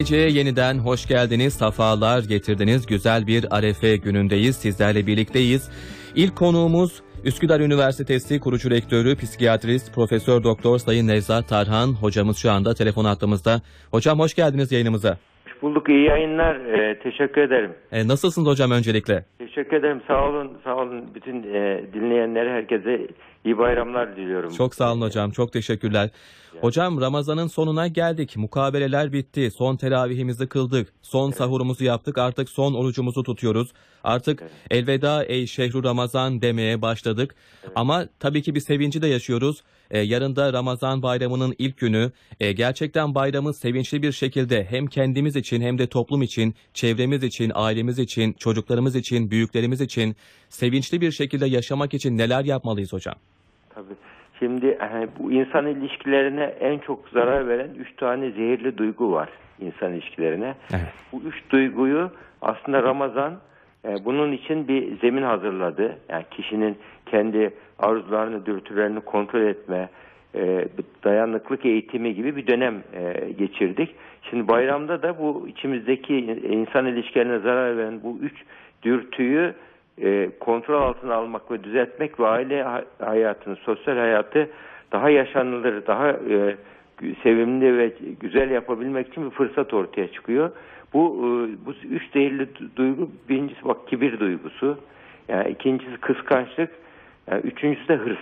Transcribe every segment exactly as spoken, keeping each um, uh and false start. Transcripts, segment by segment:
Geceye yeniden hoş geldiniz, safalar getirdiniz. Güzel bir Arefe günündeyiz, sizlerle birlikteyiz. İlk konuğumuz Üsküdar Üniversitesi kurucu rektörü, psikiyatrist, Profesör Doktor Sayın Nevzat Tarhan hocamız şu anda telefon hattımızda. Hocam hoş geldiniz yayınımıza. Hoş bulduk, iyi yayınlar. Ee, teşekkür ederim. E, nasılsınız hocam öncelikle? Teşekkür ederim, sağ olun, sağ olun. Bütün e, dinleyenlere, herkese iyi bayramlar diliyorum. Çok sağ olun hocam, çok teşekkürler. Hocam Ramazan'ın sonuna geldik, mukabeleler bitti, son teravihimizi kıldık, son evet. sahurumuzu yaptık, artık son orucumuzu tutuyoruz. Artık evet. elveda ey şehru Ramazan demeye başladık. Evet. Ama tabii ki bir sevinci de yaşıyoruz. Ee, yarın da Ramazan bayramının ilk günü. Ee, gerçekten bayramı sevinçli bir şekilde hem kendimiz için hem de toplum için, çevremiz için, ailemiz için, çocuklarımız için, büyüklerimiz için sevinçli bir şekilde yaşamak için neler yapmalıyız hocam? Tabii. Şimdi bu insan ilişkilerine en çok zarar veren üç tane zehirli duygu var insan ilişkilerine. Evet. Bu üç duyguyu aslında Ramazan e, bunun için bir zemin hazırladı. Yani kişinin kendi arzularını, dürtülerini kontrol etme, e, dayanıklık eğitimi gibi bir dönem e, geçirdik. Şimdi bayramda da bu içimizdeki insan ilişkilerine zarar veren bu üç dürtüyü E, kontrol altına almak ve düzeltmek ve aile hayatını, sosyal hayatı daha yaşanılır, daha e, sevimli ve güzel yapabilmek için bir fırsat ortaya çıkıyor. Bu e, bu üç değerli duygu, birincisi bak kibir duygusu, yani ikincisi kıskançlık, yani üçüncüsü de hırs.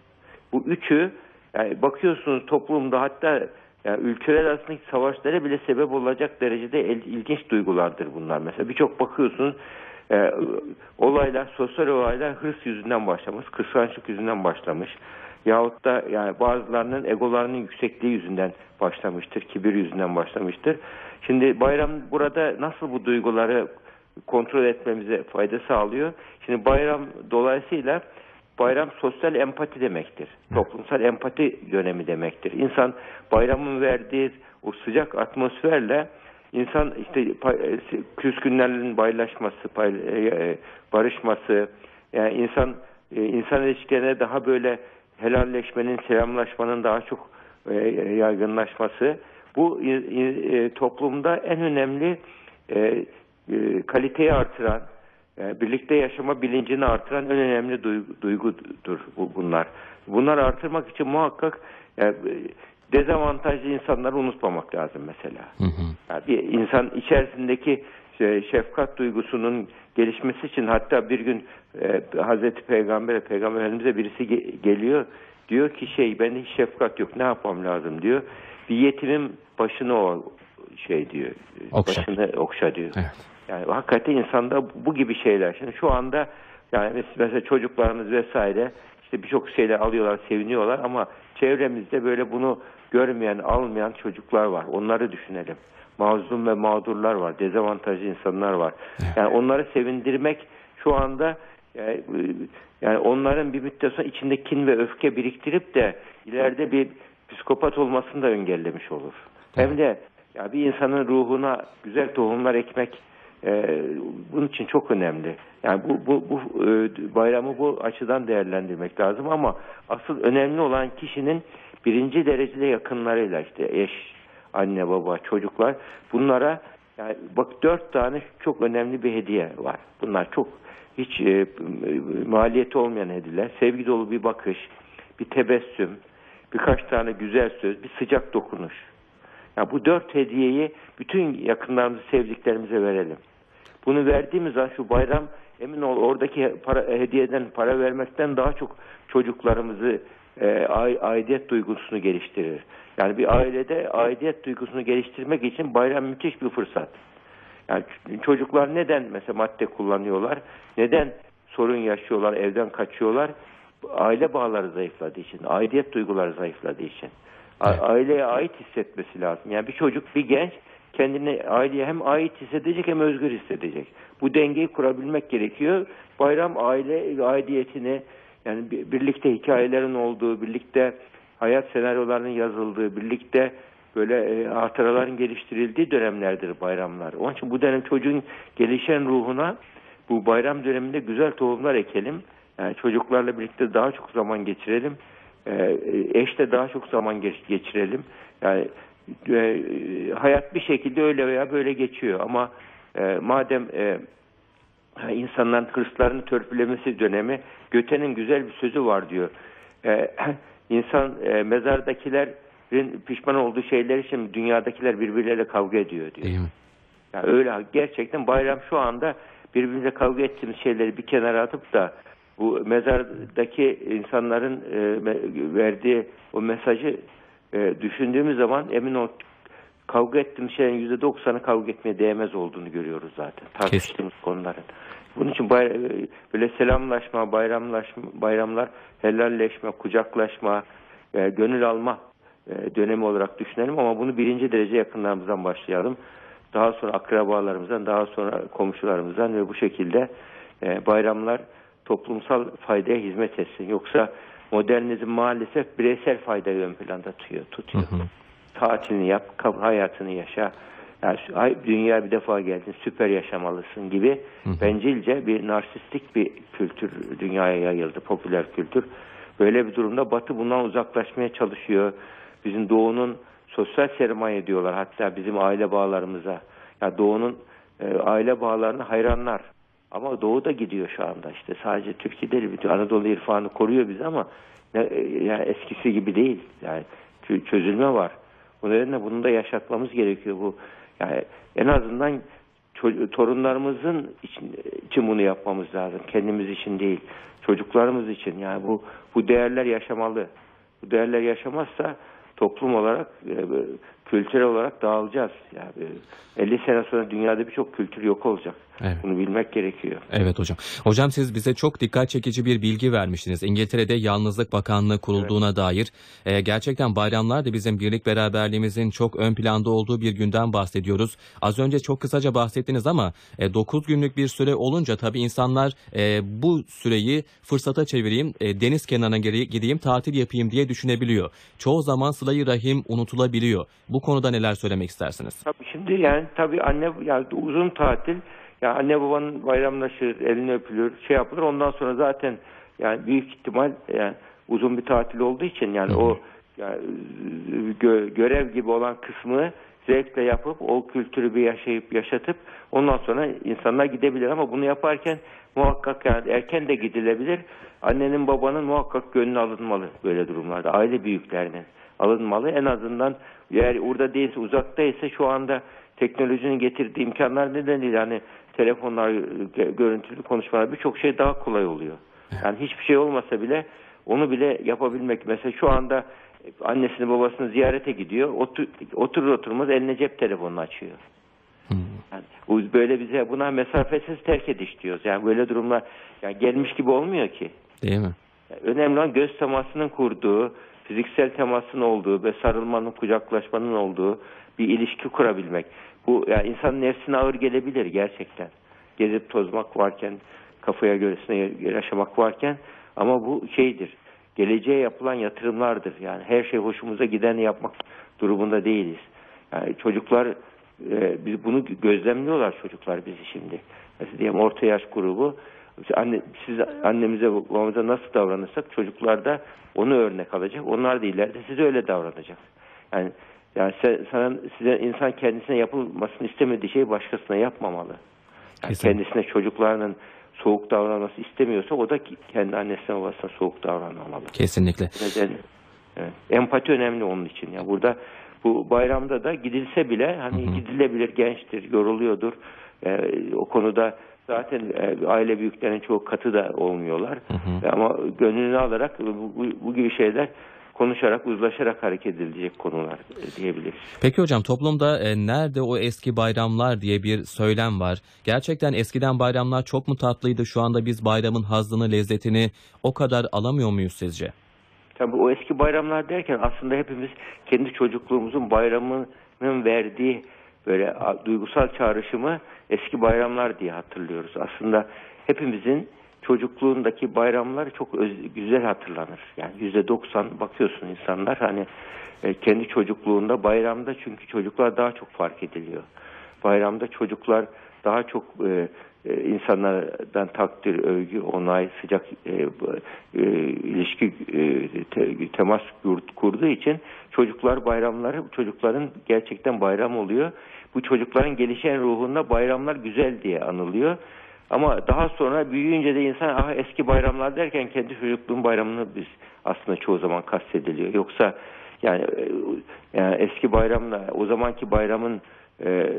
Bu üçü yani bakıyorsunuz toplumda, hatta yani ülkeler arasındaki savaşlara bile sebep olacak derecede ilginç duygulardır bunlar. Mesela birçok bakıyorsunuz E, olaylar, sosyal olaylar hırs yüzünden başlamış, kıskançlık yüzünden başlamış. Yahut da yani bazılarının egolarının yüksekliği yüzünden başlamıştır, kibir yüzünden başlamıştır. Şimdi bayram burada nasıl bu duyguları kontrol etmemize fayda sağlıyor? Şimdi bayram dolayısıyla bayram sosyal empati demektir. Toplumsal empati dönemi demektir. İnsan bayramın verdiği o sıcak atmosferle İnsan işte küskünlerin paylaşması, pay, barışması, yani insan insan ilişkilerine daha böyle helalleşmenin, selamlaşmanın daha çok yaygınlaşması, bu toplumda en önemli kaliteyi artıran, birlikte yaşama bilincini artıran en önemli duygudur bunlar. Bunları artırmak için muhakkak yani, dezavantajlı insanları unutmamak lazım mesela. Hı hı. Yani bir insan içerisindeki şefkat duygusunun gelişmesi için, hatta bir gün e, Hazreti Peygamber'e, Peygamber Efendimiz'e birisi ge- geliyor, diyor ki şey, bende hiç şefkat yok, ne yapmam lazım diyor. Bir yetimin başını o şey diyor, okşa. başını okşa diyor. Evet. Yani hakikaten insanda bu gibi şeyler. Şimdi şu anda yani mesela çocuklarımız vesaire işte birçok şeyler alıyorlar, seviniyorlar ama çevremizde böyle bunu görmeyen, almayan çocuklar var. Onları düşünelim. Mazlum ve mağdurlar var. Dezavantajlı insanlar var. Yani onları sevindirmek şu anda yani, yani onların bir müddet sonra içinde kin ve öfke biriktirip de ileride bir psikopat olmasını da engellemiş olur. Hem de ya bir insanın ruhuna güzel tohumlar ekmek e, bunun için çok önemli. Yani bu bu bu e, bayramı bu açıdan değerlendirmek lazım ama asıl önemli olan kişinin birinci derecede yakınlarıyla, işte eş, anne, baba, çocuklar, bunlara yani bak dört tane çok önemli bir hediye var. Bunlar çok hiç e, maliyeti olmayan hediyeler. Sevgi dolu bir bakış, bir tebessüm, birkaç tane güzel söz, bir sıcak dokunuş. Yani bu dört hediyeyi bütün yakınlarımızı, sevdiklerimize verelim. Bunu verdiğimiz zaman şu bayram, emin ol oradaki para, hediyeden para vermekten daha çok çocuklarımızı e, aidiyet duygusunu geliştirir. Yani bir ailede aidiyet duygusunu geliştirmek için bayram müthiş bir fırsat. Yani çocuklar neden mesela madde kullanıyorlar? Neden sorun yaşıyorlar, evden kaçıyorlar? Aile bağları zayıfladığı için, aidiyet duyguları zayıfladığı için. A- aileye ait hissetmesi lazım. Yani bir çocuk, bir genç kendini aileye hem ait hissedecek hem özgür hissedecek. Bu dengeyi kurabilmek gerekiyor. Bayram aile aidiyetini, yani birlikte hikayelerin olduğu, birlikte hayat senaryolarının yazıldığı, birlikte böyle e, hatıraların geliştirildiği dönemlerdir bayramlar. Onun için bu dönem çocuğun gelişen ruhuna bu bayram döneminde güzel tohumlar ekelim. Yani çocuklarla birlikte daha çok zaman geçirelim. E, eşle daha çok zaman geç, geçirelim. Yani e, hayat bir şekilde öyle veya böyle geçiyor ama e, madem e, insanların hırslarını törpülemesi dönemi, Göte'nin güzel bir sözü var diyor. E, insan e, mezardakilerin pişman olduğu şeyler için dünyadakiler birbirleriyle kavga ediyor diyor. Değil mi? Yani öyle gerçekten bayram şu anda birbirimize kavga ettiğimiz şeyleri bir kenara atıp da bu mezardaki insanların e, verdiği o mesajı e, düşündüğümüz zaman emin ol kavga ettiğimiz şeylerin yüzde doksanı kavga etmeye değmez olduğunu görüyoruz zaten tartıştığımız konuların. Bunun için bay, böyle selamlaşma, bayramlaşma, bayramlar, helalleşme, kucaklaşma, e, gönül alma e, dönemi olarak düşünelim ama bunu birinci derece yakınlarımızdan başlayalım. Daha sonra akrabalarımızdan, daha sonra komşularımızdan ve bu şekilde e, bayramlar toplumsal faydaya hizmet etsin. Yoksa modernizm maalesef bireysel faydayı ön planda tutuyor. tutuyor. Hı hı. Tatilini yap, hayatını yaşa. Yani dünya bir defa geldin, süper yaşamalısın gibi hı hı. bencilce bir narsistik bir kültür dünyaya yayıldı, popüler kültür. Böyle bir durumda Batı bundan uzaklaşmaya çalışıyor. Bizim Doğu'nun sosyal sermaye diyorlar hatta bizim aile bağlarımıza. Ya Doğu'nun e, aile bağlarına hayranlar. Ama Doğu da gidiyor şu anda işte. Sadece Türkiye değil, bütün Anadolu irfanı koruyor bizi ama e, yani eskisi gibi değil. Yani çözülme var. Bu nedenle bunu da yaşatmamız gerekiyor. Bu yani en azından torunlarımızın için, için bunu yapmamız lazım. Kendimiz için değil. Çocuklarımız için. Yani bu bu değerler yaşamalı. Bu değerler yaşamazsa toplum olarak, kültürel olarak dağılacağız. Yani elli sene sonra dünyada birçok kültür yok olacak. Evet. Bunu bilmek gerekiyor. Evet hocam. Hocam siz bize çok dikkat çekici bir bilgi vermiştiniz. İngiltere'de Yalnızlık Bakanlığı kurulduğuna evet. dair. E, gerçekten bayramlar da bizim birlik beraberliğimizin çok ön planda olduğu bir günden bahsediyoruz. Az önce çok kısaca bahsettiniz ama e, dokuz günlük bir süre olunca tabii insanlar e, bu süreyi fırsata çevireyim, e, deniz kenarına gideyim, tatil yapayım diye düşünebiliyor. Çoğu zaman sıla-i rahim unutulabiliyor. Bu konuda neler söylemek istersiniz? Tabii şimdi yani tabii anne yani uzun tatil. Ya anne babanın bayramlaşır, elini öpülür, şey yapılır. Ondan sonra zaten yani büyük ihtimal yani uzun bir tatil olduğu için yani Hı-hı. o yani gö- görev gibi olan kısmı zevkle yapıp o kültürü bir yaşayıp yaşatıp ondan sonra insanlar gidebilir ama bunu yaparken muhakkak yani erken de gidilebilir. Annenin babanın muhakkak gönlü alınmalı böyle durumlarda. Aile büyüklerinin alınmalı. En azından eğer orada değilse uzaktaysa şu anda teknolojinin getirdiği imkanlar nedeniyle hani telefonlar, görüntülü konuşmalar birçok şey daha kolay oluyor. Yani hiçbir şey olmasa bile onu bile yapabilmek. Mesela şu anda annesini babasını ziyarete gidiyor. Otur, oturur oturmaz eline cep telefonunu açıyor. Yani böyle bize buna mesafesiz terk ediş diyoruz. Yani böyle durumlar yani gelmiş gibi olmuyor ki. Değil mi? Yani önemli olan göz temasının kurduğu, fiziksel temasın olduğu ve sarılmanın, kucaklaşmanın olduğu bir ilişki kurabilmek. Bu yani insanın nefsine ağır gelebilir gerçekten. Gezip tozmak varken, kafaya göresine yaşamak varken ama bu şeydir. Geleceğe yapılan yatırımlardır. Yani her şey hoşumuza gideni yapmak durumunda değiliz. Yani çocuklar e, biz bunu gözlemliyorlar çocuklar bizi şimdi. Mesela diyelim orta yaş grubu anne, siz annemize babamıza nasıl davranırsak çocuklar da onu örnek alacak. Onlar da ileride size öyle davranacak. Yani yani sen, sana, size insan kendisine yapılmasını istemediği şeyi başkasına yapmamalı. Yani kendisine çocuklarının soğuk davranması istemiyorsa o da kendi annesine babasına soğuk davranmamalı. Kesinlikle. Neden? Evet. Empati önemli onun için. Yani burada bu bayramda da gidilse bile hani hı hı. gidilebilir, gençtir, yoruluyordur. Ee, o konuda zaten e, aile büyüklerinin çoğu katı da olmuyorlar. Hı hı. Ama gönlünü alarak bu, bu, bu gibi şeyler konuşarak, uzlaşarak hareket edilecek konular diyebiliriz. Peki hocam toplumda e, nerede o eski bayramlar diye bir söylem var. Gerçekten eskiden bayramlar çok mu tatlıydı? Şu anda biz bayramın hazzını, lezzetini o kadar alamıyor muyuz sizce? Tabii o eski bayramlar derken aslında hepimiz kendi çocukluğumuzun bayramının verdiği böyle duygusal çağrışımı eski bayramlar diye hatırlıyoruz. Aslında hepimizin çocukluğundaki bayramlar çok öz, güzel hatırlanır. Yani yüzde doksan bakıyorsun insanlar hani e, kendi çocukluğunda bayramda çünkü çocuklar daha çok fark ediliyor. Bayramda çocuklar daha çok e, e, insanlardan takdir, övgü, onay, sıcak e, e, ilişki e, te, temas kurduğu için çocuklar bayramları, çocukların gerçekten bayram oluyor. Bu çocukların gelişen ruhunda bayramlar güzel diye anılıyor. Ama daha sonra büyüyünce de insan ah eski bayramlar derken kendi çocukluğun bayramını biz aslında çoğu zaman kastediliyor. Yoksa yani, yani eski bayramla o zamanki bayramın e,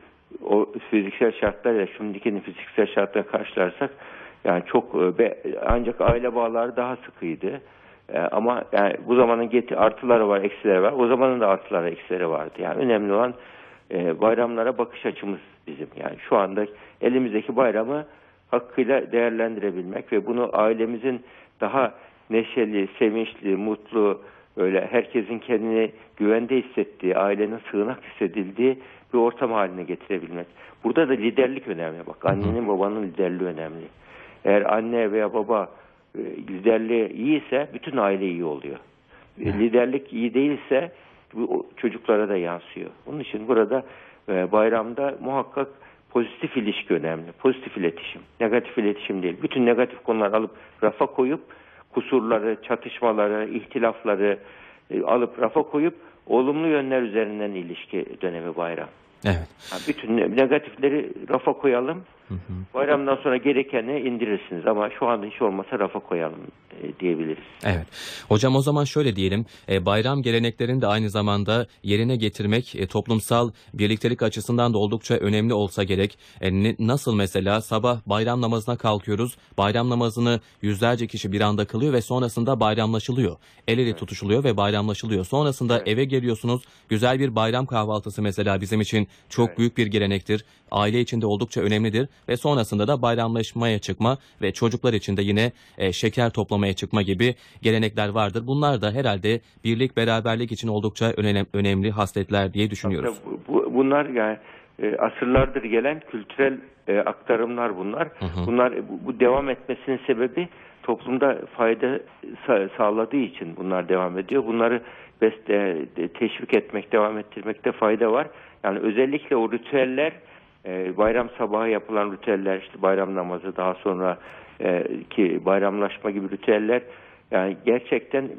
o fiziksel şartlarla şimdiki fiziksel şartla karşılarsak yani çok be, ancak aile bağları daha sıkıydı. E, ama yani bu zamanın geti artıları var, eksileri var. O zamanın da artıları, eksileri vardı. Yani önemli olan e, bayramlara bakış açımız bizim. Yani şu anda elimizdeki bayramı hakkıyla değerlendirebilmek ve bunu ailemizin daha neşeli, sevinçli, mutlu, öyle herkesin kendini güvende hissettiği, ailenin sığınak hissedildiği bir ortam haline getirebilmek. Burada da liderlik önemli. Bak annenin babanın liderliği önemli. Eğer anne veya baba e, liderliği iyiyse bütün aile iyi oluyor. E, liderlik iyi değilse bu çocuklara da yansıyor. Onun için burada e, bayramda muhakkak pozitif ilişki önemli. Pozitif iletişim. Negatif iletişim değil. Bütün negatif konuları alıp rafa koyup kusurları, çatışmaları, ihtilafları e, alıp rafa koyup olumlu yönler üzerinden ilişki dönemi bayram. Evet. Yani bütün negatifleri rafa koyalım. Hı hı. Bayramdan sonra gerekeni indirirsiniz ama şu anda hiç olmasa rafa koyalım e, diyebiliriz. Evet. Hocam o zaman şöyle diyelim. E, bayram geleneklerini de aynı zamanda yerine getirmek e, toplumsal birliktelik açısından da oldukça önemli olsa gerek. E, ne, nasıl mesela sabah bayram namazına kalkıyoruz. Bayram namazını yüzlerce kişi bir anda kılıyor ve sonrasında bayramlaşılıyor. El ele Evet. tutuşuluyor ve bayramlaşılıyor. Sonrasında evet. eve geliyorsunuz. Güzel bir bayram kahvaltısı mesela bizim için çok evet. büyük bir gelenektir. Aile için de oldukça önemlidir. Ve sonrasında da bayramlaşmaya çıkma ve çocuklar için de yine e, şeker toplamaya çıkma gibi gelenekler vardır. Bunlar da herhalde birlik, beraberlik için oldukça önem, önemli hasletler diye düşünüyoruz. Bu, bu, bunlar yani e, asırlardır gelen kültürel e, aktarımlar bunlar. Hı hı. Bunlar bu, bu devam etmesinin sebebi toplumda fayda sa- sağladığı için bunlar devam ediyor. Bunları beste, teşvik etmek, devam ettirmekte fayda var. Yani özellikle o ritüeller, e, bayram sabahı yapılan ritüeller, işte bayram namazı, daha sonra e, ki bayramlaşma gibi ritüeller, yani gerçekten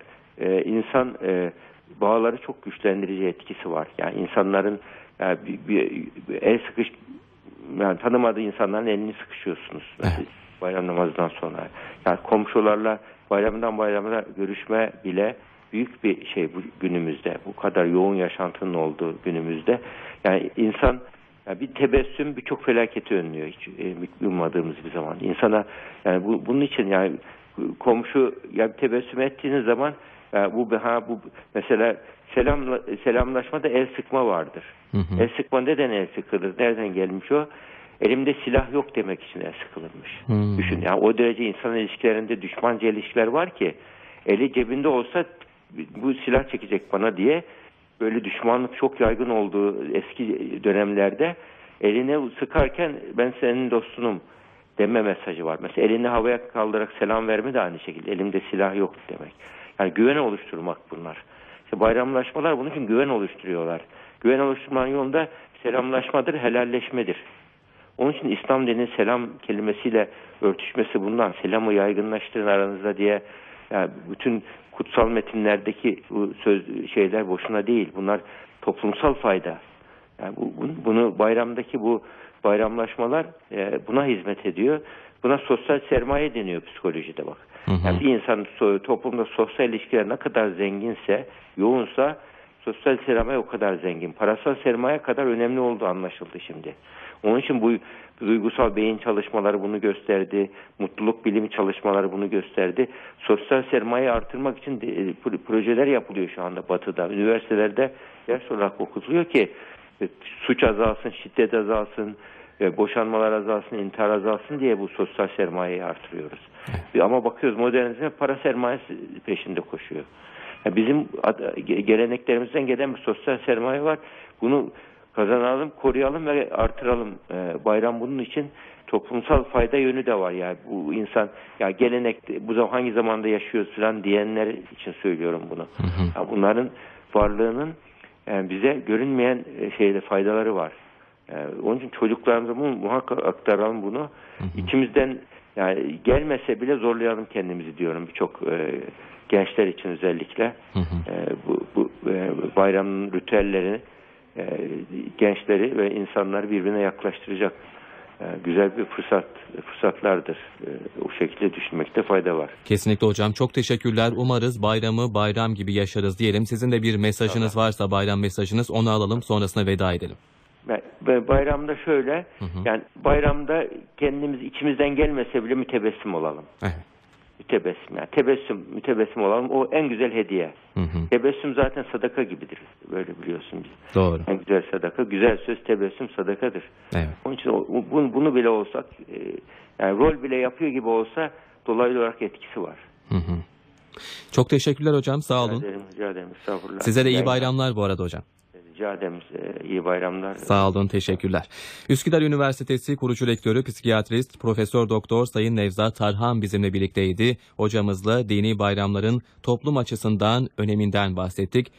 e, insan e, bağları çok güçlendirici etkisi var. Yani insanların yani bir, bir, bir el sıkış, yani tanımadığı insanların elini sıkışıyorsunuz. Evet. Bayram namazından sonra. Yani komşularla bayramdan bayrama görüşme bile büyük bir şey bu günümüzde. Bu kadar yoğun yaşantının olduğu günümüzde. Yani insan yani bir tebessüm birçok felaketi önlüyor hiç e, ummadığımız bir zaman. İnsana yani bu, bunun için yani komşu yani tebessüm ettiğiniz zaman yani bu ha bu mesela selam selamlaşmada el sıkma vardır. Hı hı. El sıkma neden el sıkılır? Nereden gelmiş o? Elimde silah yok demek için el sıkılırmış. Hmm. Düşün yani o derece insan ilişkilerinde düşmanca ilişkiler var ki eli cebinde olsa bu silah çekecek bana diye böyle düşmanlık çok yaygın olduğu eski dönemlerde eline sıkarken ben senin dostunum deme mesajı var. Mesela elini havaya kaldırarak selam verme de aynı şekilde elimde silah yok demek. Yani güven oluşturmak bunlar. İşte bayramlaşmalar bunun için güven oluşturuyorlar. Güven oluşturmanın yolunda selamlaşmadır, helalleşmedir. Onun için İslam dinin selam kelimesiyle örtüşmesi bundan. Selamı yaygınlaştırın aranızda diye yani bütün kutsal metinlerdeki bu söz şeyler boşuna değil. Bunlar toplumsal fayda. Yani bu, bunu bayramdaki bu bayramlaşmalar e, buna hizmet ediyor. Buna sosyal sermaye deniyor psikolojide bak. Hı hı. Yani bir insan toplumda sosyal ilişkiler ne kadar zenginse, yoğunsa sosyal sermaye o kadar zengin. Parasal sermaye kadar önemli olduğu anlaşıldı şimdi. Onun için bu duygusal beyin çalışmaları bunu gösterdi. Mutluluk bilimi çalışmaları bunu gösterdi. Sosyal sermayeyi artırmak için de, projeler yapılıyor şu anda Batı'da. Üniversitelerde ders olarak okutuluyor ki suç azalsın, şiddet azalsın, boşanmalar azalsın, intihar azalsın diye bu sosyal sermayeyi artırıyoruz. Ama bakıyoruz modernizme para sermayesi peşinde koşuyor. Yani bizim geleneklerimizden gelen bir sosyal sermaye var. Bunu kazanalım, koruyalım ve artıralım. Bayram bunun için toplumsal fayda yönü de var. Yani bu insan ya gelenek bu zaman hangi zamanda yaşıyoruz falan diyenler için söylüyorum bunu. Hı hı. Yani bunların varlığının yani bize görünmeyen şeyde faydaları var. E, onun için çocuklarımıza muhakkak aktaralım bunu. Hı hı. İçimizden yani gelmese bile zorlayalım kendimizi diyorum birçok e, gençler için özellikle. Hı hı. E, bu bu e, bayramın ritüellerini e, gençleri ve insanları birbirine yaklaştıracak e, güzel bir fırsat fırsatlardır. E, o şekilde düşünmekte fayda var. Kesinlikle hocam. Çok teşekkürler. Umarız bayramı bayram gibi yaşarız diyelim. Sizin de bir mesajınız tamam. varsa bayram mesajınız onu alalım, sonrasında veda edelim. Bayramda şöyle, hı hı. yani bayramda kendimiz içimizden gelmese bile mütebessim olalım. Evet. Mütebessim yani tebessüm, mütebessim olalım. O en güzel hediye. Hı hı. Tebessüm zaten sadaka gibidir. Böyle biliyorsun biz. Doğru. En güzel sadaka, güzel söz tebessüm sadakadır. Evet. Onun için o, bunu, bunu bile olsak, e, yani rol bile yapıyor gibi olsa dolaylı olarak etkisi var. Hı hı. Çok teşekkürler hocam. Sağ olun. Rica ederim. Rica ederim. Estağfurullah. Size de iyi bayramlar bu arada hocam. Rica ederim. İyi bayramlar. Sağ olun, teşekkürler. Üsküdar Üniversitesi kurucu rektörü, psikiyatrist, Profesör Doktor Sayın Nevzat Tarhan bizimle birlikteydi. Hocamızla dini bayramların toplum açısından öneminden bahsettik.